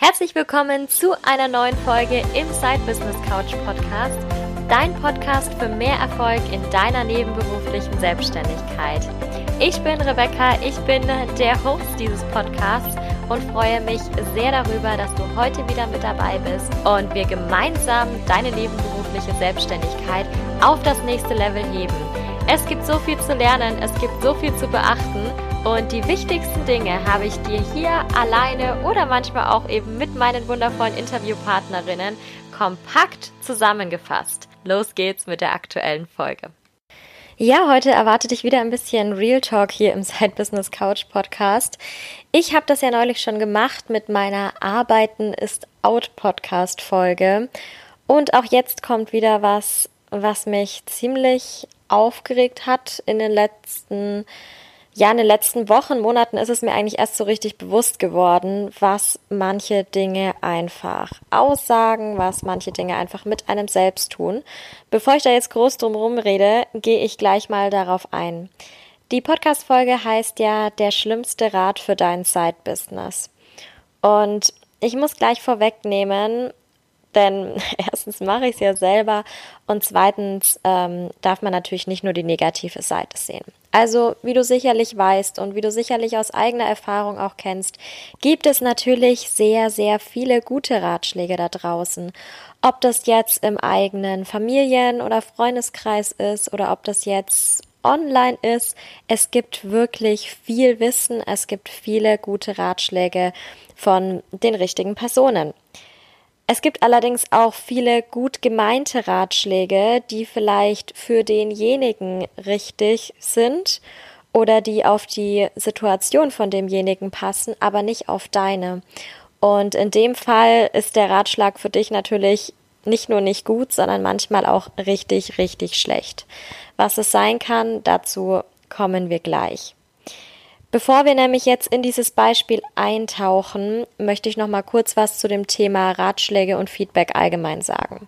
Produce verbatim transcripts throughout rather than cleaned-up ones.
Herzlich willkommen zu einer neuen Folge im Side Business Couch Podcast, dein Podcast für mehr Erfolg in deiner nebenberuflichen Selbstständigkeit. Ich bin Rebecca, ich bin der Host dieses Podcasts und freue mich sehr darüber, dass du heute wieder mit dabei bist und wir gemeinsam deine nebenberufliche Selbstständigkeit auf das nächste Level heben. Es gibt so viel zu lernen, es gibt so viel zu beachten und die wichtigsten Dinge habe ich dir hier alleine oder manchmal auch eben mit meinen wundervollen Interviewpartnerinnen kompakt zusammengefasst. Los geht's mit der aktuellen Folge. Ja, heute erwartet dich wieder ein bisschen Real Talk hier im Side Business Couch Podcast. Ich habe das ja neulich schon gemacht mit meiner Arbeiten ist Out Podcast Folge und auch jetzt kommt wieder was, was mich ziemlich aufgeregt hat in den letzten, ja, in den letzten Wochen, Monaten ist es mir eigentlich erst so richtig bewusst geworden, was manche Dinge einfach aussagen, was manche Dinge einfach mit einem selbst tun. Bevor ich da jetzt groß drum herum rede, gehe ich gleich mal darauf ein. Die Podcast-Folge heißt ja der schlimmste Rat für dein Side-Business. Und ich muss gleich vorwegnehmen, denn erstens mache ich es ja selber und zweitens ähm, darf man natürlich nicht nur die negative Seite sehen. Also, wie du sicherlich weißt und wie du sicherlich aus eigener Erfahrung auch kennst, gibt es natürlich sehr, sehr viele gute Ratschläge da draußen. Ob das jetzt im eigenen Familien- oder Freundeskreis ist oder ob das jetzt online ist, es gibt wirklich viel Wissen, es gibt viele gute Ratschläge von den richtigen Personen. Es gibt allerdings auch viele gut gemeinte Ratschläge, die vielleicht für denjenigen richtig sind oder die auf die Situation von demjenigen passen, aber nicht auf deine. Und in dem Fall ist der Ratschlag für dich natürlich nicht nur nicht gut, sondern manchmal auch richtig, richtig schlecht. Was es sein kann, dazu kommen wir gleich. Bevor wir nämlich jetzt in dieses Beispiel eintauchen, möchte ich noch mal kurz was zu dem Thema Ratschläge und Feedback allgemein sagen.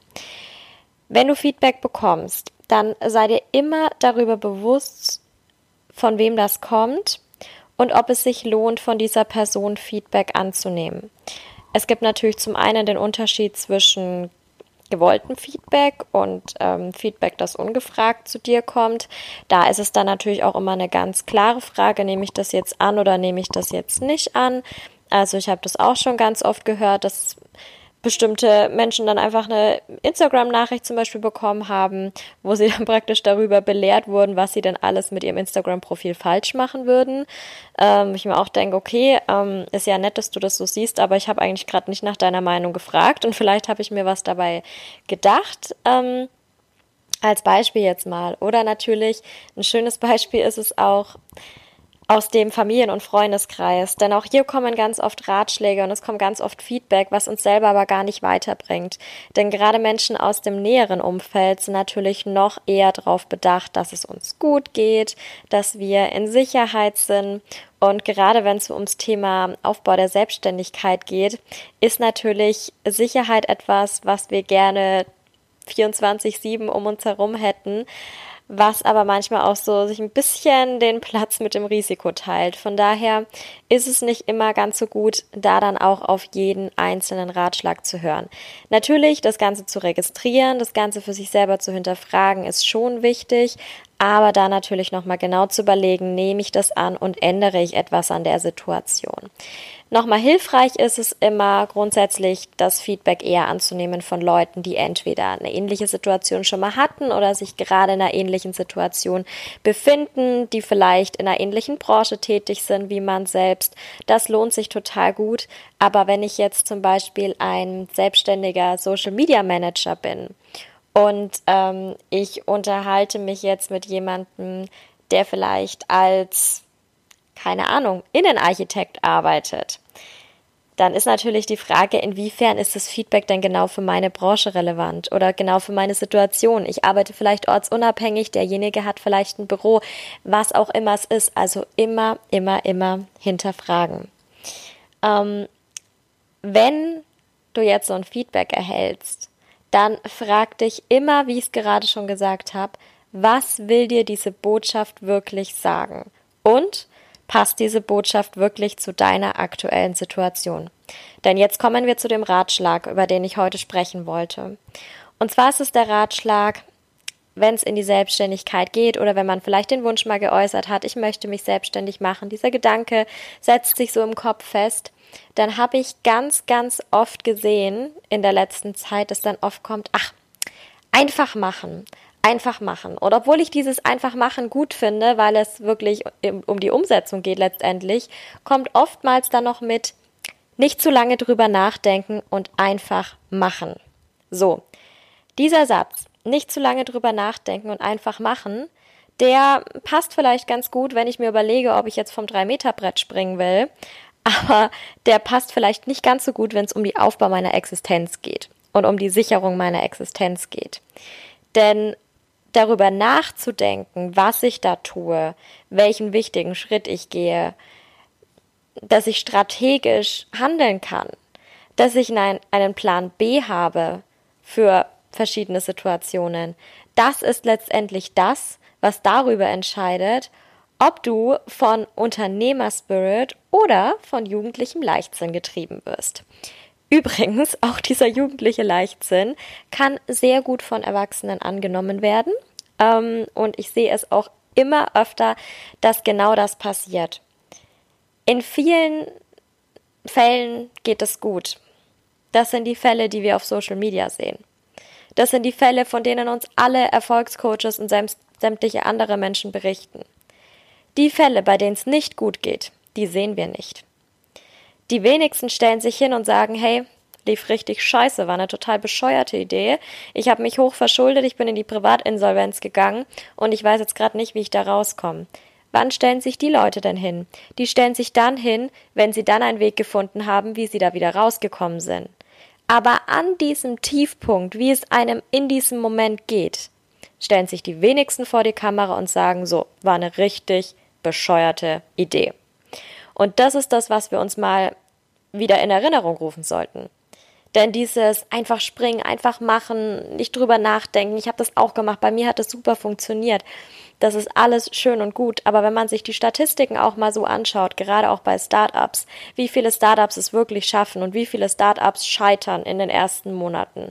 Wenn du Feedback bekommst, dann sei dir immer darüber bewusst, von wem das kommt und ob es sich lohnt, von dieser Person Feedback anzunehmen. Es gibt natürlich zum einen den Unterschied zwischen gewollten Feedback und ähm, Feedback, das ungefragt zu dir kommt. Da ist es dann natürlich auch immer eine ganz klare Frage, nehme ich das jetzt an oder nehme ich das jetzt nicht an? Also ich habe das auch schon ganz oft gehört, dass bestimmte Menschen dann einfach eine Instagram-Nachricht zum Beispiel bekommen haben, wo sie dann praktisch darüber belehrt wurden, was sie denn alles mit ihrem Instagram-Profil falsch machen würden. Ähm, ich mir auch denke, okay, ähm, ist ja nett, dass du das so siehst, aber ich habe eigentlich gerade nicht nach deiner Meinung gefragt und vielleicht habe ich mir was dabei gedacht. Ähm, als Beispiel jetzt mal. Oder natürlich, ein schönes Beispiel ist es auch, aus dem Familien- und Freundeskreis. Denn auch hier kommen ganz oft Ratschläge und es kommt ganz oft Feedback, was uns selber aber gar nicht weiterbringt. Denn gerade Menschen aus dem näheren Umfeld sind natürlich noch eher darauf bedacht, dass es uns gut geht, dass wir in Sicherheit sind. Und gerade wenn es ums Thema Aufbau der Selbstständigkeit geht, ist natürlich Sicherheit etwas, was wir gerne vierundzwanzig sieben um uns herum hätten, was aber manchmal auch so sich ein bisschen den Platz mit dem Risiko teilt. Von daher ist es nicht immer ganz so gut, da dann auch auf jeden einzelnen Ratschlag zu hören. Natürlich, das Ganze zu registrieren, das Ganze für sich selber zu hinterfragen, ist schon wichtig, aber da natürlich nochmal genau zu überlegen, nehme ich das an und ändere ich etwas an der Situation. Nochmal hilfreich ist es immer grundsätzlich, das Feedback eher anzunehmen von Leuten, die entweder eine ähnliche Situation schon mal hatten oder sich gerade in einer ähnlichen Situation befinden, die vielleicht in einer ähnlichen Branche tätig sind wie man selbst. Das lohnt sich total gut. Aber wenn ich jetzt zum Beispiel ein selbstständiger Social Media Manager bin und ähm, ich unterhalte mich jetzt mit jemandem, der vielleicht als keine Ahnung, Innenarchitekt arbeitet, dann ist natürlich die Frage, inwiefern ist das Feedback denn genau für meine Branche relevant oder genau für meine Situation. Ich arbeite vielleicht ortsunabhängig, derjenige hat vielleicht ein Büro, was auch immer es ist. Also immer, immer, immer hinterfragen. Ähm, wenn du jetzt so ein Feedback erhältst, dann frag dich immer, wie ich es gerade schon gesagt habe, was will dir diese Botschaft wirklich sagen? Und passt diese Botschaft wirklich zu deiner aktuellen Situation? Denn jetzt kommen wir zu dem Ratschlag, über den ich heute sprechen wollte. Und zwar ist es der Ratschlag, wenn es in die Selbstständigkeit geht oder wenn man vielleicht den Wunsch mal geäußert hat, ich möchte mich selbstständig machen, dieser Gedanke setzt sich so im Kopf fest, dann habe ich ganz, ganz oft gesehen in der letzten Zeit, dass dann oft kommt, ach, einfach machen, einfach machen. Und obwohl ich dieses einfach machen gut finde, weil es wirklich um die Umsetzung geht letztendlich, kommt oftmals dann noch mit, nicht zu lange drüber nachdenken und einfach machen. So, dieser Satz, nicht zu lange drüber nachdenken und einfach machen, der passt vielleicht ganz gut, wenn ich mir überlege, ob ich jetzt vom drei Meter Brett springen will, aber der passt vielleicht nicht ganz so gut, wenn es um die Aufbau meiner Existenz geht und um die Sicherung meiner Existenz geht. Denn darüber nachzudenken, was ich da tue, welchen wichtigen Schritt ich gehe, dass ich strategisch handeln kann, dass ich einen, einen Plan B habe für verschiedene Situationen. Das ist letztendlich das, was darüber entscheidet, ob du von Unternehmerspirit oder von jugendlichem Leichtsinn getrieben wirst. Übrigens, auch dieser jugendliche Leichtsinn kann sehr gut von Erwachsenen angenommen werden. Ähm, und ich sehe es auch immer öfter, dass genau das passiert. In vielen Fällen geht es gut. Das sind die Fälle, die wir auf Social Media sehen. Das sind die Fälle, von denen uns alle Erfolgscoaches und sämtliche andere Menschen berichten. Die Fälle, bei denen es nicht gut geht, die sehen wir nicht. Die wenigsten stellen sich hin und sagen, hey, lief richtig scheiße, war eine total bescheuerte Idee. Ich habe mich hoch verschuldet, ich bin in die Privatinsolvenz gegangen und ich weiß jetzt gerade nicht, wie ich da rauskomme. Wann stellen sich die Leute denn hin? Die stellen sich dann hin, wenn sie dann einen Weg gefunden haben, wie sie da wieder rausgekommen sind. Aber an diesem Tiefpunkt, wie es einem in diesem Moment geht, stellen sich die wenigsten vor die Kamera und sagen, so, war eine richtig bescheuerte Idee. Und das ist das, was wir uns mal wieder in Erinnerung rufen sollten. Denn dieses einfach springen, einfach machen, nicht drüber nachdenken, ich habe das auch gemacht, bei mir hat das super funktioniert. Das ist alles schön und gut, aber wenn man sich die Statistiken auch mal so anschaut, gerade auch bei Startups, wie viele Startups es wirklich schaffen und wie viele Startups scheitern in den ersten Monaten.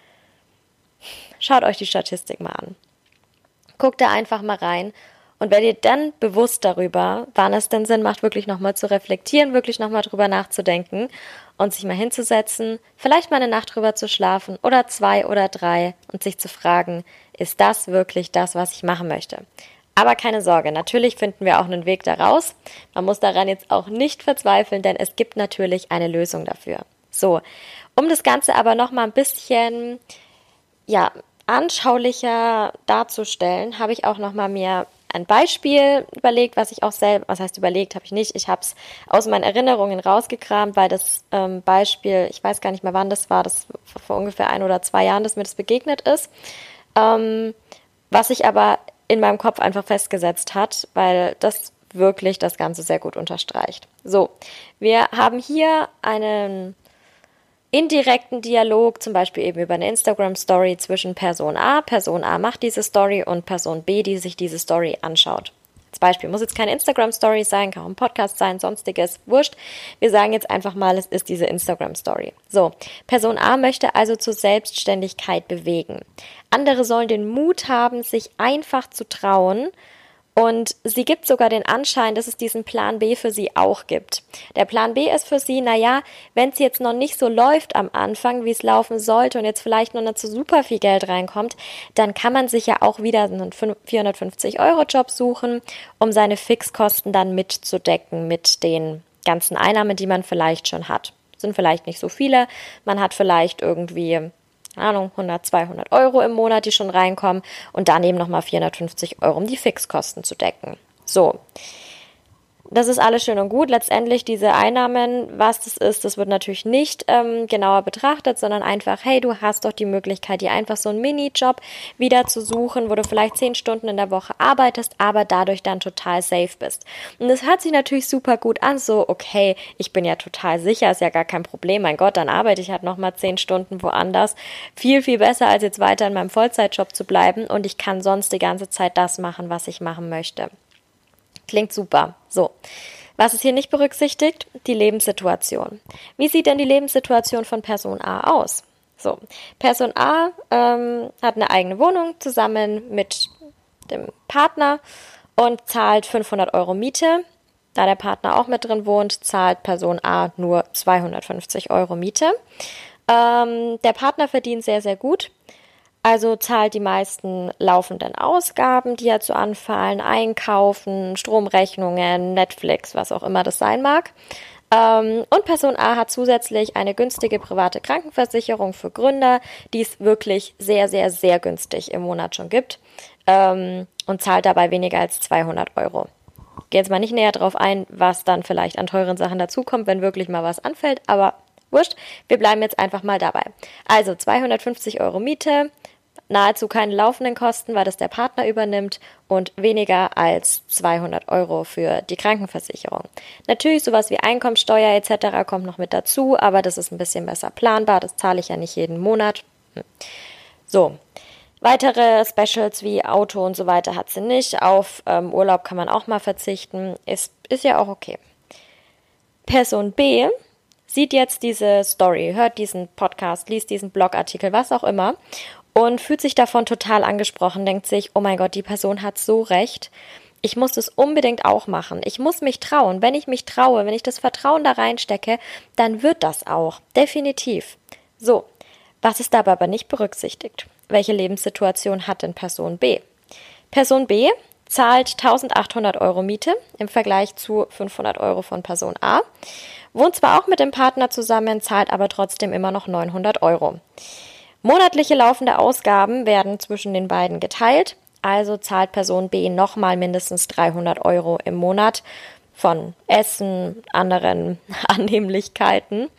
Schaut euch die Statistik mal an. Guckt da einfach mal rein und werdet ihr dann bewusst darüber, wann es denn Sinn macht, wirklich nochmal zu reflektieren, wirklich nochmal drüber nachzudenken und sich mal hinzusetzen, vielleicht mal eine Nacht drüber zu schlafen oder zwei oder drei und sich zu fragen, ist das wirklich das, was ich machen möchte? Aber keine Sorge, natürlich finden wir auch einen Weg da raus. Man muss daran jetzt auch nicht verzweifeln, denn es gibt natürlich eine Lösung dafür. So, um das Ganze aber nochmal ein bisschen, ja, anschaulicher darzustellen, habe ich auch nochmal mir ein Beispiel überlegt, was ich auch selber, was heißt überlegt, habe ich nicht, ich habe es aus meinen Erinnerungen rausgekramt, weil das ähm, Beispiel, ich weiß gar nicht mehr wann das war, das war vor ungefähr ein oder zwei Jahren, dass mir das begegnet ist, ähm, was sich aber in meinem Kopf einfach festgesetzt hat, weil das wirklich das Ganze sehr gut unterstreicht. So, wir haben hier einen indirekten Dialog, zum Beispiel eben über eine Instagram-Story zwischen Person A. Person A macht diese Story und Person B, die sich diese Story anschaut. Als Beispiel muss jetzt keine Instagram-Story sein, kann auch ein Podcast sein, sonstiges, wurscht. Wir sagen jetzt einfach mal, es ist diese Instagram-Story. So, Person A möchte also zur Selbstständigkeit bewegen. Andere sollen den Mut haben, sich einfach zu trauen. Und sie gibt sogar den Anschein, dass es diesen Plan B für sie auch gibt. Der Plan B ist für sie, naja, wenn es jetzt noch nicht so läuft am Anfang, wie es laufen sollte und jetzt vielleicht noch nicht so super viel Geld reinkommt, dann kann man sich ja auch wieder einen vierhundertfünfzig Euro Job suchen, um seine Fixkosten dann mitzudecken mit den ganzen Einnahmen, die man vielleicht schon hat. Sind vielleicht nicht so viele, man hat vielleicht irgendwie Ahnung, hundert, zweihundert Euro im Monat, die schon reinkommen und daneben nochmal vierhundertfünfzig Euro, um die Fixkosten zu decken. So, das ist alles schön und gut. Letztendlich diese Einnahmen, was das ist, das wird natürlich nicht ähm, genauer betrachtet, sondern einfach, hey, du hast doch die Möglichkeit, dir einfach so einen Minijob wieder zu suchen, wo du vielleicht zehn Stunden in der Woche arbeitest, aber dadurch dann total safe bist. Und das hört sich natürlich super gut an, so, okay, ich bin ja total sicher, ist ja gar kein Problem, mein Gott, dann arbeite ich halt nochmal zehn Stunden woanders. Viel, viel besser, als jetzt weiter in meinem Vollzeitjob zu bleiben und ich kann sonst die ganze Zeit das machen, was ich machen möchte. Klingt super. So, Was ist hier nicht berücksichtigt? Die Lebenssituation. Wie sieht denn die Lebenssituation von Person A aus? So, Person A ähm, hat eine eigene Wohnung zusammen mit dem Partner und zahlt fünfhundert Euro Miete. Da der Partner auch mit drin wohnt, zahlt Person A nur zweihundertfünfzig Euro Miete. Ähm, der Partner verdient sehr, sehr gut. Also zahlt die meisten laufenden Ausgaben, die ja zu anfallen, Einkaufen, Stromrechnungen, Netflix, was auch immer das sein mag. Ähm, und Person A hat zusätzlich eine günstige private Krankenversicherung für Gründer, die es wirklich sehr, sehr, sehr günstig im Monat schon gibt, ähm, und zahlt dabei weniger als zweihundert Euro. Ich gehe jetzt mal nicht näher drauf ein, was dann vielleicht an teuren Sachen dazukommt, wenn wirklich mal was anfällt, aber wurscht, wir bleiben jetzt einfach mal dabei. Also zweihundertfünfzig Euro Miete, nahezu keine laufenden Kosten, weil das der Partner übernimmt und weniger als zweihundert Euro für die Krankenversicherung. Natürlich sowas wie Einkommensteuer et cetera kommt noch mit dazu, aber das ist ein bisschen besser planbar, das zahle ich ja nicht jeden Monat. Hm. So, weitere Specials wie Auto und so weiter hat sie nicht, auf ähm, Urlaub kann man auch mal verzichten, ist, ist ja auch okay. Person B sieht jetzt diese Story, hört diesen Podcast, liest diesen Blogartikel, was auch immer und fühlt sich davon total angesprochen, denkt sich, oh mein Gott, die Person hat so recht, ich muss das unbedingt auch machen, ich muss mich trauen, wenn ich mich traue, wenn ich das Vertrauen da reinstecke, dann wird das auch, definitiv. So, was ist dabei aber nicht berücksichtigt? Welche Lebenssituation hat denn Person B? Person B zahlt eintausendachthundert Euro Miete im Vergleich zu fünfhundert Euro von Person A, wohnt zwar auch mit dem Partner zusammen, zahlt aber trotzdem immer noch neunhundert Euro. Monatliche laufende Ausgaben werden zwischen den beiden geteilt, also zahlt Person B nochmal mindestens dreihundert Euro im Monat von Essen, anderen Annehmlichkeiten.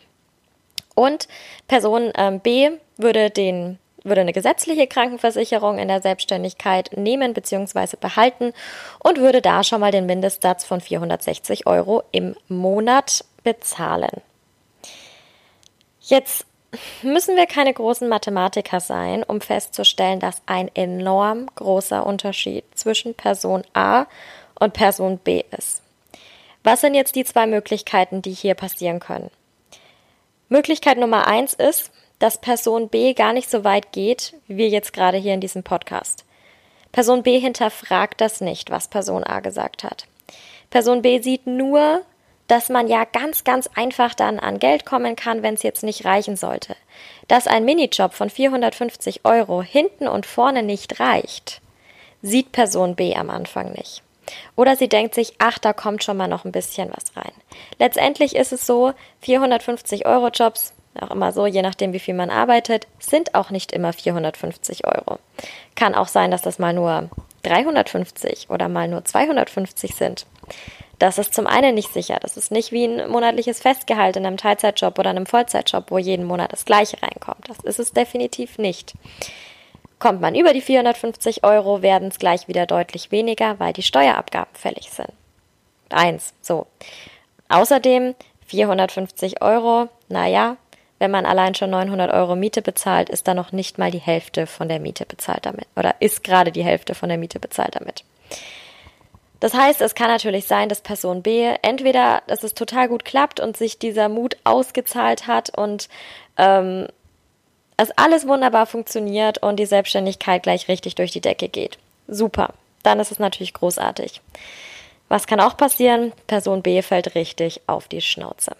Und Person ähm, B würde, den, würde eine gesetzliche Krankenversicherung in der Selbstständigkeit nehmen bzw. behalten und würde da schon mal den Mindestsatz von vierhundertsechzig Euro im Monat bezahlen. Jetzt müssen wir keine großen Mathematiker sein, um festzustellen, dass ein enorm großer Unterschied zwischen Person A und Person B ist. Was sind jetzt die zwei Möglichkeiten, die hier passieren können? Möglichkeit Nummer eins ist, dass Person B gar nicht so weit geht, wie wir jetzt gerade hier in diesem Podcast. Person B hinterfragt das nicht, was Person A gesagt hat. Person B sieht nur, dass man ja ganz, ganz einfach dann an Geld kommen kann, wenn es jetzt nicht reichen sollte. Dass ein Minijob von vierhundertfünfzig Euro hinten und vorne nicht reicht, sieht Person B am Anfang nicht. Oder sie denkt sich, ach, da kommt schon mal noch ein bisschen was rein. Letztendlich ist es so, vierhundertfünfzig Euro Jobs, auch immer so, je nachdem wie viel man arbeitet, sind auch nicht immer vierhundertfünfzig Euro. Kann auch sein, dass das mal nur dreihundertfünfzig oder mal nur zweihundertfünfzig sind. Das ist zum einen nicht sicher. Das ist nicht wie ein monatliches Festgehalt in einem Teilzeitjob oder einem Vollzeitjob, wo jeden Monat das Gleiche reinkommt. Das ist es definitiv nicht. Kommt man über die vierhundertfünfzig Euro, werden es gleich wieder deutlich weniger, weil die Steuerabgaben fällig sind. Eins, so. Außerdem vierhundertfünfzig Euro, naja, wenn man allein schon neunhundert Euro Miete bezahlt, ist da noch nicht mal die Hälfte von der Miete bezahlt damit. Oder ist gerade die Hälfte von der Miete bezahlt damit. Das heißt, es kann natürlich sein, dass Person B entweder, dass es total gut klappt und sich dieser Mut ausgezahlt hat und ähm, es alles wunderbar funktioniert und die Selbstständigkeit gleich richtig durch die Decke geht. Super, dann ist es natürlich großartig. Was kann auch passieren? Person B fällt richtig auf die Schnauze.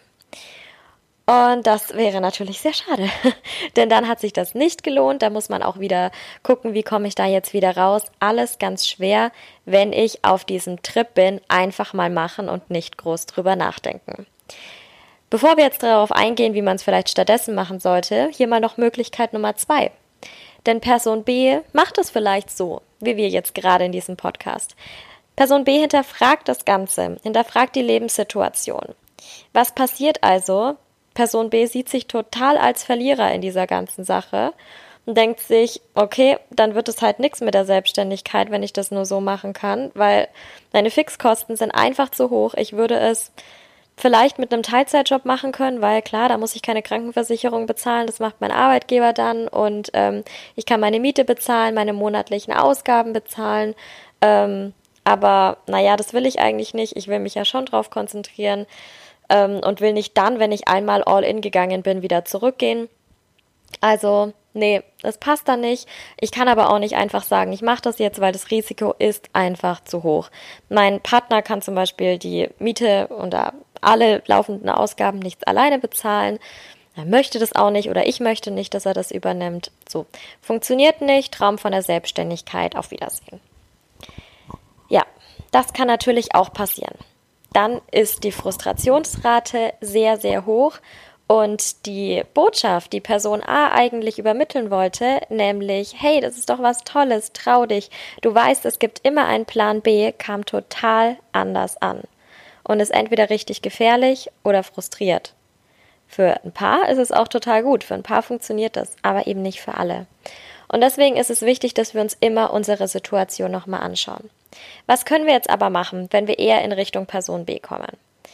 Und das wäre natürlich sehr schade, denn dann hat sich das nicht gelohnt. Da muss man auch wieder gucken, wie komme ich da jetzt wieder raus. Alles ganz schwer, wenn ich auf diesem Trip bin, einfach mal machen und nicht groß drüber nachdenken. Bevor wir jetzt darauf eingehen, wie man es vielleicht stattdessen machen sollte, hier mal noch Möglichkeit Nummer zwei. Denn Person B macht es vielleicht so, wie wir jetzt gerade in diesem Podcast. Person B hinterfragt das Ganze, hinterfragt die Lebenssituation. Was passiert also? Person B sieht sich total als Verlierer in dieser ganzen Sache und denkt sich, okay, dann wird es halt nichts mit der Selbstständigkeit, wenn ich das nur so machen kann, weil meine Fixkosten sind einfach zu hoch. Ich würde es vielleicht mit einem Teilzeitjob machen können, weil klar, da muss ich keine Krankenversicherung bezahlen, das macht mein Arbeitgeber dann und ähm, ich kann meine Miete bezahlen, meine monatlichen Ausgaben bezahlen, ähm, aber naja, das will ich eigentlich nicht. Ich will mich ja schon drauf konzentrieren ähm, und will nicht dann, wenn ich einmal all in gegangen bin, wieder zurückgehen. Also, nee, das passt dann nicht. Ich kann aber auch nicht einfach sagen, ich mache das jetzt, weil das Risiko ist einfach zu hoch. Mein Partner kann zum Beispiel die Miete und alle laufenden Ausgaben nicht alleine bezahlen. Er möchte das auch nicht oder ich möchte nicht, dass er das übernimmt. So, funktioniert nicht. Traum von der Selbstständigkeit. Auf Wiedersehen. Ja, das kann natürlich auch passieren. Dann ist die Frustrationsrate sehr, sehr hoch. Und die Botschaft, die Person A eigentlich übermitteln wollte, nämlich, hey, das ist doch was Tolles, trau dich, du weißt, es gibt immer einen Plan B, kam total anders an und ist entweder richtig gefährlich oder frustriert. Für ein paar ist es auch total gut, für ein paar funktioniert das, aber eben nicht für alle. Und deswegen ist es wichtig, dass wir uns immer unsere Situation nochmal anschauen. Was können wir jetzt aber machen, wenn wir eher in Richtung Person B kommen?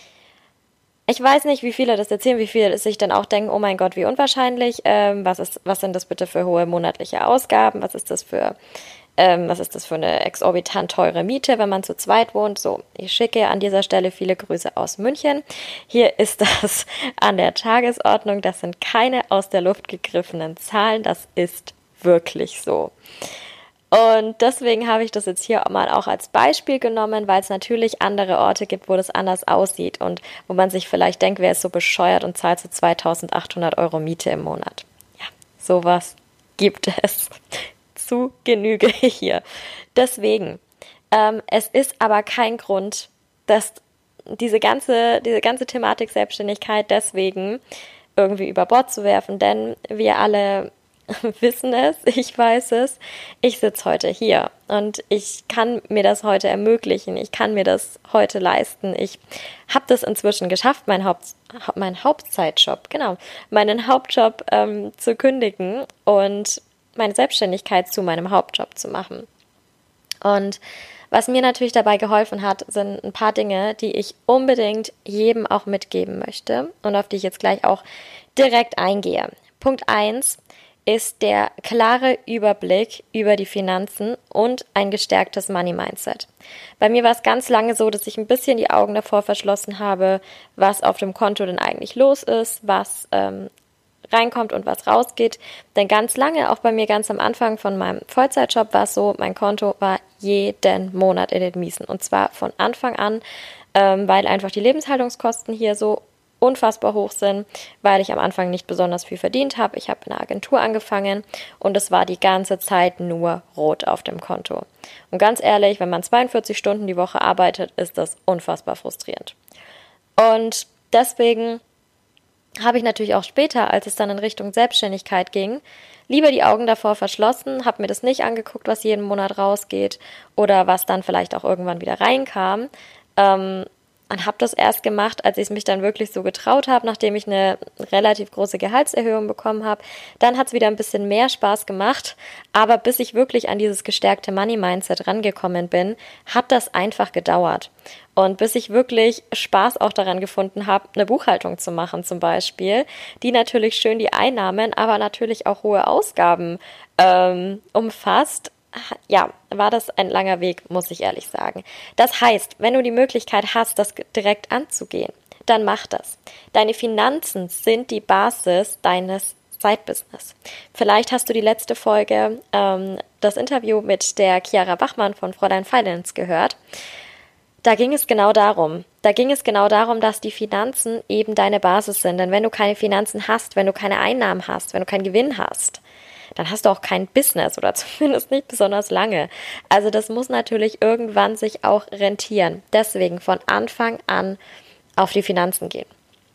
Ich weiß nicht, wie viele das erzählen, wie viele sich dann auch denken, oh mein Gott, wie unwahrscheinlich, ähm, was ist, was sind das bitte für hohe monatliche Ausgaben, was ist das für, ähm, was ist das für eine exorbitant teure Miete, wenn man zu zweit wohnt. So, ich schicke an dieser Stelle viele Grüße aus München. Hier ist das an der Tagesordnung, das sind keine aus der Luft gegriffenen Zahlen, das ist wirklich so. Und deswegen habe ich das jetzt hier mal auch als Beispiel genommen, weil es natürlich andere Orte gibt, wo das anders aussieht und wo man sich vielleicht denkt, wer ist so bescheuert und zahlt so zweitausendachthundert Euro Miete im Monat. Ja, sowas gibt es zu Genüge hier. Deswegen, ähm, es ist aber kein Grund, dass diese ganze, diese ganze Thematik Selbstständigkeit deswegen irgendwie über Bord zu werfen, denn wir alle wissen es, ich weiß es, ich sitze heute hier und ich kann mir das heute ermöglichen, ich kann mir das heute leisten. Ich habe das inzwischen geschafft, meinen Haupt, mein Hauptzeitjob, genau, meinen Hauptjob ähm, zu kündigen und meine Selbstständigkeit zu meinem Hauptjob zu machen. Und was mir natürlich dabei geholfen hat, sind ein paar Dinge, die ich unbedingt jedem auch mitgeben möchte und auf die ich jetzt gleich auch direkt eingehe. Punkt eins ist der klare Überblick über die Finanzen und ein gestärktes Money-Mindset. Bei mir war es ganz lange so, dass ich ein bisschen die Augen davor verschlossen habe, was auf dem Konto denn eigentlich los ist, was ähm, reinkommt und was rausgeht. Denn ganz lange, auch bei mir ganz am Anfang von meinem Vollzeitjob, war es so, mein Konto war jeden Monat in den Miesen. Und zwar von Anfang an, ähm, weil einfach die Lebenshaltungskosten hier so unfassbar hoch sind, weil ich am Anfang nicht besonders viel verdient habe. Ich habe in einer Agentur angefangen und es war die ganze Zeit nur rot auf dem Konto. Und ganz ehrlich, wenn man zweiundvierzig Stunden die Woche arbeitet, ist das unfassbar frustrierend. Und deswegen habe ich natürlich auch später, als es dann in Richtung Selbstständigkeit ging, lieber die Augen davor verschlossen, habe mir das nicht angeguckt, was jeden Monat rausgeht oder was dann vielleicht auch irgendwann wieder reinkam. Ähm, Und habe das erst gemacht, als ich mich dann wirklich so getraut habe, nachdem ich eine relativ große Gehaltserhöhung bekommen habe. Dann hat es wieder ein bisschen mehr Spaß gemacht, aber bis ich wirklich an dieses gestärkte Money-Mindset rangekommen bin, hat das einfach gedauert. Und bis ich wirklich Spaß auch daran gefunden habe, eine Buchhaltung zu machen zum Beispiel, die natürlich schön die Einnahmen, aber natürlich auch hohe Ausgaben ähm, umfasst. Ja, war das ein langer Weg, muss ich ehrlich sagen. Das heißt, wenn du die Möglichkeit hast, das direkt anzugehen, dann mach das. Deine Finanzen sind die Basis deines Side-Business. Vielleicht hast du die letzte Folge, ähm, das Interview mit der Chiara Bachmann von Fräulein Finance gehört. Da ging es genau darum. Da ging es genau darum, dass die Finanzen eben deine Basis sind. Denn wenn du keine Finanzen hast, wenn du keine Einnahmen hast, wenn du keinen Gewinn hast, dann hast du auch kein Business oder zumindest nicht besonders lange. Also das muss natürlich irgendwann sich auch rentieren. Deswegen von Anfang an auf die Finanzen gehen.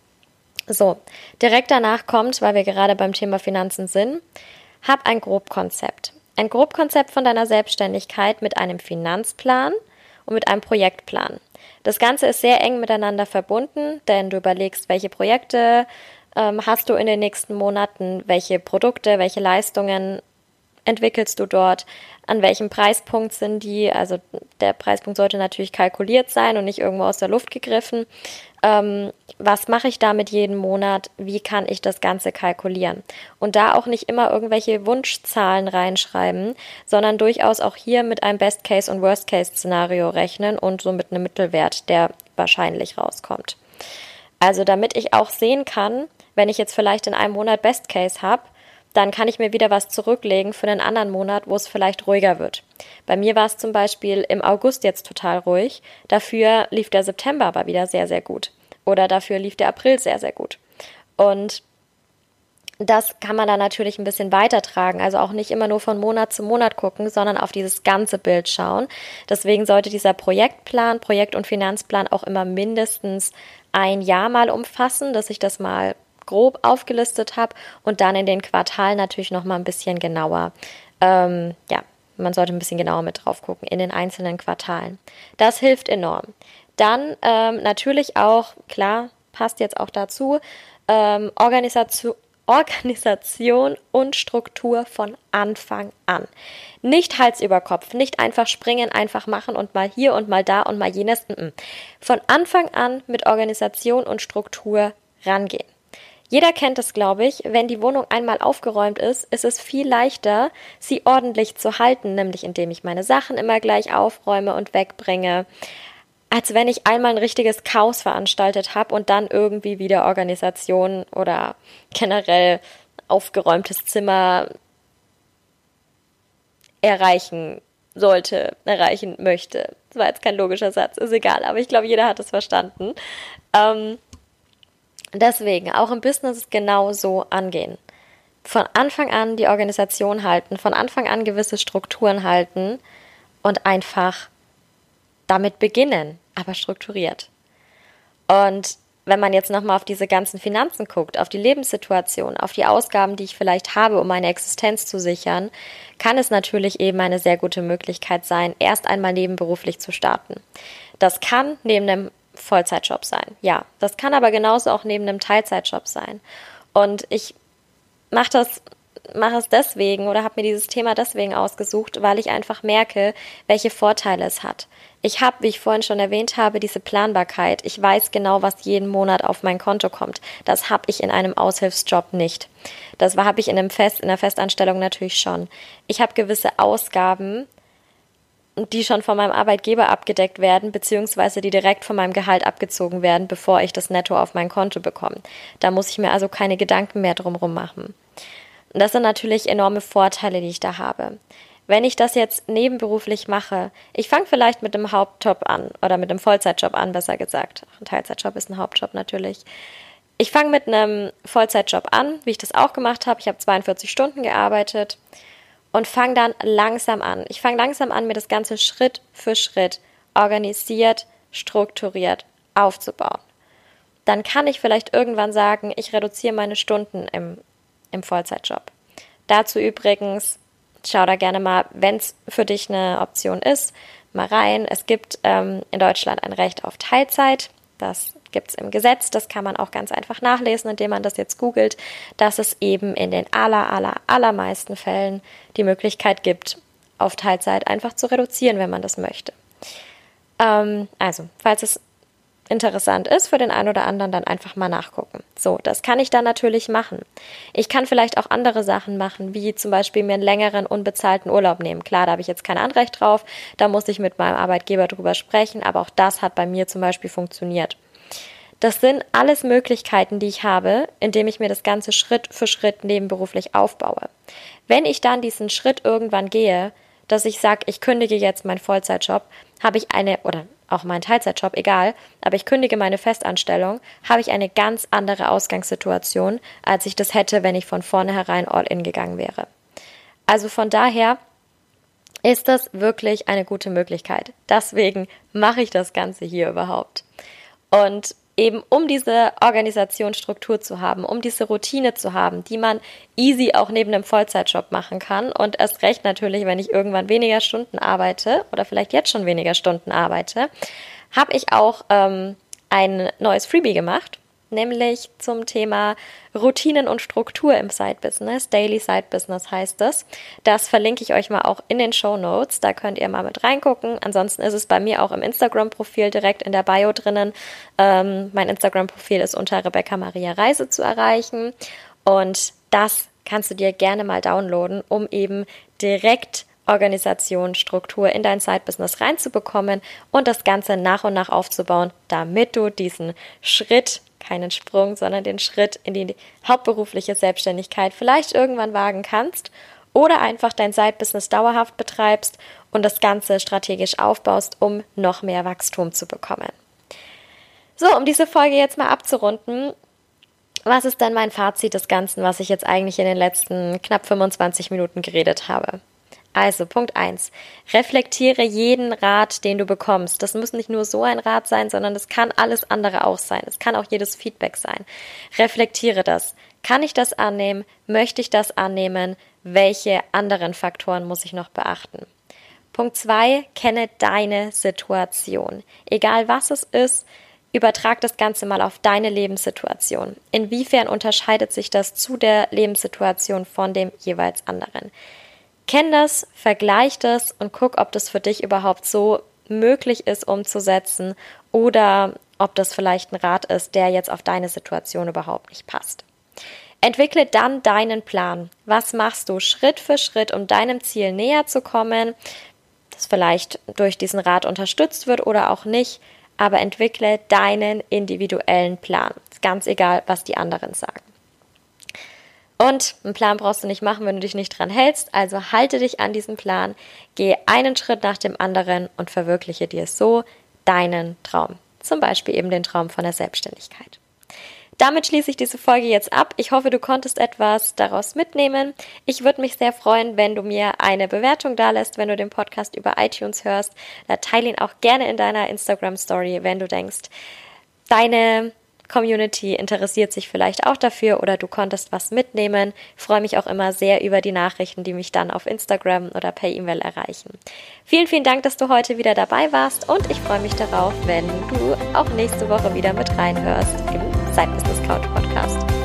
So, direkt danach kommt, weil wir gerade beim Thema Finanzen sind, hab ein Grobkonzept. Ein Grobkonzept von deiner Selbstständigkeit mit einem Finanzplan und mit einem Projektplan. Das Ganze ist sehr eng miteinander verbunden, denn du überlegst, welche Projekte ähm, hast du in den nächsten Monaten, welche Produkte, welche Leistungen entwickelst du dort, an welchem Preispunkt sind die, also der Preispunkt sollte natürlich kalkuliert sein und nicht irgendwo aus der Luft gegriffen. Ähm, was mache ich damit jeden Monat? Wie kann ich das Ganze kalkulieren? Und da auch nicht immer irgendwelche Wunschzahlen reinschreiben, sondern durchaus auch hier mit einem Best-Case- und Worst-Case-Szenario rechnen und so mit einem Mittelwert, der wahrscheinlich rauskommt. Also damit ich auch sehen kann, wenn ich jetzt vielleicht in einem Monat Best-Case habe, dann kann ich mir wieder was zurücklegen für einen anderen Monat, wo es vielleicht ruhiger wird. Bei mir war es zum Beispiel im August jetzt total ruhig, dafür lief der September aber wieder sehr, sehr gut. Oder dafür lief der April sehr, sehr gut. Und das kann man dann natürlich ein bisschen weitertragen, also auch nicht immer nur von Monat zu Monat gucken, sondern auf dieses ganze Bild schauen. Deswegen sollte dieser Projektplan, Projekt- und Finanzplan auch immer mindestens ein Jahr mal umfassen, dass ich das mal grob aufgelistet habe und dann in den Quartalen natürlich noch mal ein bisschen genauer. Ähm, ja, man sollte ein bisschen genauer mit drauf gucken in den einzelnen Quartalen. Das hilft enorm. Dann ähm, natürlich auch, klar, passt jetzt auch dazu, ähm, Organisation, Organisation und Struktur von Anfang an. Nicht Hals über Kopf, nicht einfach springen, einfach machen und mal hier und mal da und mal jenes. Von Anfang an mit Organisation und Struktur rangehen. Jeder kennt es, glaube ich, wenn die Wohnung einmal aufgeräumt ist, ist es viel leichter, sie ordentlich zu halten, nämlich indem ich meine Sachen immer gleich aufräume und wegbringe, als wenn ich einmal ein richtiges Chaos veranstaltet habe und dann irgendwie wieder Organisation oder generell aufgeräumtes Zimmer erreichen sollte, erreichen möchte. Das war jetzt kein logischer Satz, ist egal, aber ich glaube, jeder hat es verstanden. Ähm, Deswegen auch im Business genau so angehen. Von Anfang an die Organisation halten, von Anfang an gewisse Strukturen halten und einfach damit beginnen, aber strukturiert. Und wenn man jetzt nochmal auf diese ganzen Finanzen guckt, auf die Lebenssituation, auf die Ausgaben, die ich vielleicht habe, um meine Existenz zu sichern, kann es natürlich eben eine sehr gute Möglichkeit sein, erst einmal nebenberuflich zu starten. Das kann neben einem Vollzeitjob sein. Ja, das kann aber genauso auch neben einem Teilzeitjob sein. Und ich mache das, mache es deswegen oder habe mir dieses Thema deswegen ausgesucht, weil ich einfach merke, welche Vorteile es hat. Ich habe, wie ich vorhin schon erwähnt habe, diese Planbarkeit. Ich weiß genau, was jeden Monat auf mein Konto kommt. Das habe ich in einem Aushilfsjob nicht. Das habe ich in einem Fest, in einer Festanstellung natürlich schon. Ich habe gewisse Ausgaben, die schon von meinem Arbeitgeber abgedeckt werden, beziehungsweise die direkt von meinem Gehalt abgezogen werden, bevor ich das Netto auf mein Konto bekomme. Da muss ich mir also keine Gedanken mehr drumherum machen. Und das sind natürlich enorme Vorteile, die ich da habe. Wenn ich das jetzt nebenberuflich mache, ich fange vielleicht mit einem Hauptjob an oder mit einem Vollzeitjob an, besser gesagt. Ein Teilzeitjob ist ein Hauptjob natürlich. Ich fange mit einem Vollzeitjob an, wie ich das auch gemacht habe. Ich habe zweiundvierzig Stunden gearbeitet. Und fange dann langsam an. Ich fange langsam an, mir das Ganze Schritt für Schritt organisiert, strukturiert aufzubauen. Dann kann ich vielleicht irgendwann sagen, ich reduziere meine Stunden im, im Vollzeitjob. Dazu übrigens, schau da gerne mal, wenn es für dich eine Option ist, mal rein. Es gibt ähm, in Deutschland ein Recht auf Teilzeit. Das gibt es im Gesetz, das kann man auch ganz einfach nachlesen, indem man das jetzt googelt, dass es eben in den aller, aller, allermeisten Fällen die Möglichkeit gibt, auf Teilzeit einfach zu reduzieren, wenn man das möchte. Ähm, also, falls es interessant ist für den einen oder anderen, dann einfach mal nachgucken. So, das kann ich dann natürlich machen. Ich kann vielleicht auch andere Sachen machen, wie zum Beispiel mir einen längeren unbezahlten Urlaub nehmen. Klar, da habe ich jetzt kein Anrecht drauf, da muss ich mit meinem Arbeitgeber drüber sprechen, aber auch das hat bei mir zum Beispiel funktioniert. Das sind alles Möglichkeiten, die ich habe, indem ich mir das Ganze Schritt für Schritt nebenberuflich aufbaue. Wenn ich dann diesen Schritt irgendwann gehe, dass ich sage, ich kündige jetzt meinen Vollzeitjob, habe ich eine, oder auch meinen Teilzeitjob, egal, aber ich kündige meine Festanstellung, habe ich eine ganz andere Ausgangssituation, als ich das hätte, wenn ich von vornherein all in gegangen wäre. Also von daher ist das wirklich eine gute Möglichkeit. Deswegen mache ich das Ganze hier überhaupt. Und eben um diese Organisationsstruktur zu haben, um diese Routine zu haben, die man easy auch neben einem Vollzeitjob machen kann und erst recht natürlich, wenn ich irgendwann weniger Stunden arbeite oder vielleicht jetzt schon weniger Stunden arbeite, habe ich auch ähm, ein neues Freebie gemacht. nämlich zum Thema Routinen und Struktur im Side-Business. Daily Side-Business heißt es. Das verlinke ich euch mal auch in den Shownotes. Da könnt ihr mal mit reingucken. Ansonsten ist es bei mir auch im Instagram-Profil direkt in der Bio drinnen. Ähm, mein Instagram-Profil ist unter Rebecca Maria Reise zu erreichen. Und das kannst du dir gerne mal downloaden, um eben direkt Organisation, Struktur in dein Side-Business reinzubekommen und das Ganze nach und nach aufzubauen, damit du diesen Schritt, keinen Sprung, sondern den Schritt in die hauptberufliche Selbstständigkeit vielleicht irgendwann wagen kannst oder einfach dein Side-Business dauerhaft betreibst und das Ganze strategisch aufbaust, um noch mehr Wachstum zu bekommen. So, um diese Folge jetzt mal abzurunden, was ist denn mein Fazit des Ganzen, was ich jetzt eigentlich in den letzten knapp fünfundzwanzig Minuten geredet habe? Also, Punkt eins. Reflektiere jeden Rat, den du bekommst. Das muss nicht nur so ein Rat sein, sondern es kann alles andere auch sein. Es kann auch jedes Feedback sein. Reflektiere das. Kann ich das annehmen? Möchte ich das annehmen? Welche anderen Faktoren muss ich noch beachten? Punkt zwei. Kenne deine Situation. Egal was es ist, übertrag das Ganze mal auf deine Lebenssituation. Inwiefern unterscheidet sich das zu der Lebenssituation von dem jeweils anderen? Kenn das, vergleich das und guck, ob das für dich überhaupt so möglich ist umzusetzen oder ob das vielleicht ein Rat ist, der jetzt auf deine Situation überhaupt nicht passt. Entwickle dann deinen Plan. Was machst du Schritt für Schritt, um deinem Ziel näher zu kommen, das vielleicht durch diesen Rat unterstützt wird oder auch nicht, aber entwickle deinen individuellen Plan. Ist ganz egal, was die anderen sagen. Und einen Plan brauchst du nicht machen, wenn du dich nicht dran hältst. Also halte dich an diesen Plan, geh einen Schritt nach dem anderen und verwirkliche dir so deinen Traum. Zum Beispiel eben den Traum von der Selbstständigkeit. Damit schließe ich diese Folge jetzt ab. Ich hoffe, du konntest etwas daraus mitnehmen. Ich würde mich sehr freuen, wenn du mir eine Bewertung dalässt, wenn du den Podcast über iTunes hörst. Da teile ihn auch gerne in deiner Instagram-Story, wenn du denkst, deine Community interessiert sich vielleicht auch dafür oder du konntest was mitnehmen. Ich freue mich auch immer sehr über die Nachrichten, die mich dann auf Instagram oder per E-Mail erreichen. Vielen, vielen Dank, dass du heute wieder dabei warst und ich freue mich darauf, wenn du auch nächste Woche wieder mit reinhörst im Side Business Couch Podcast.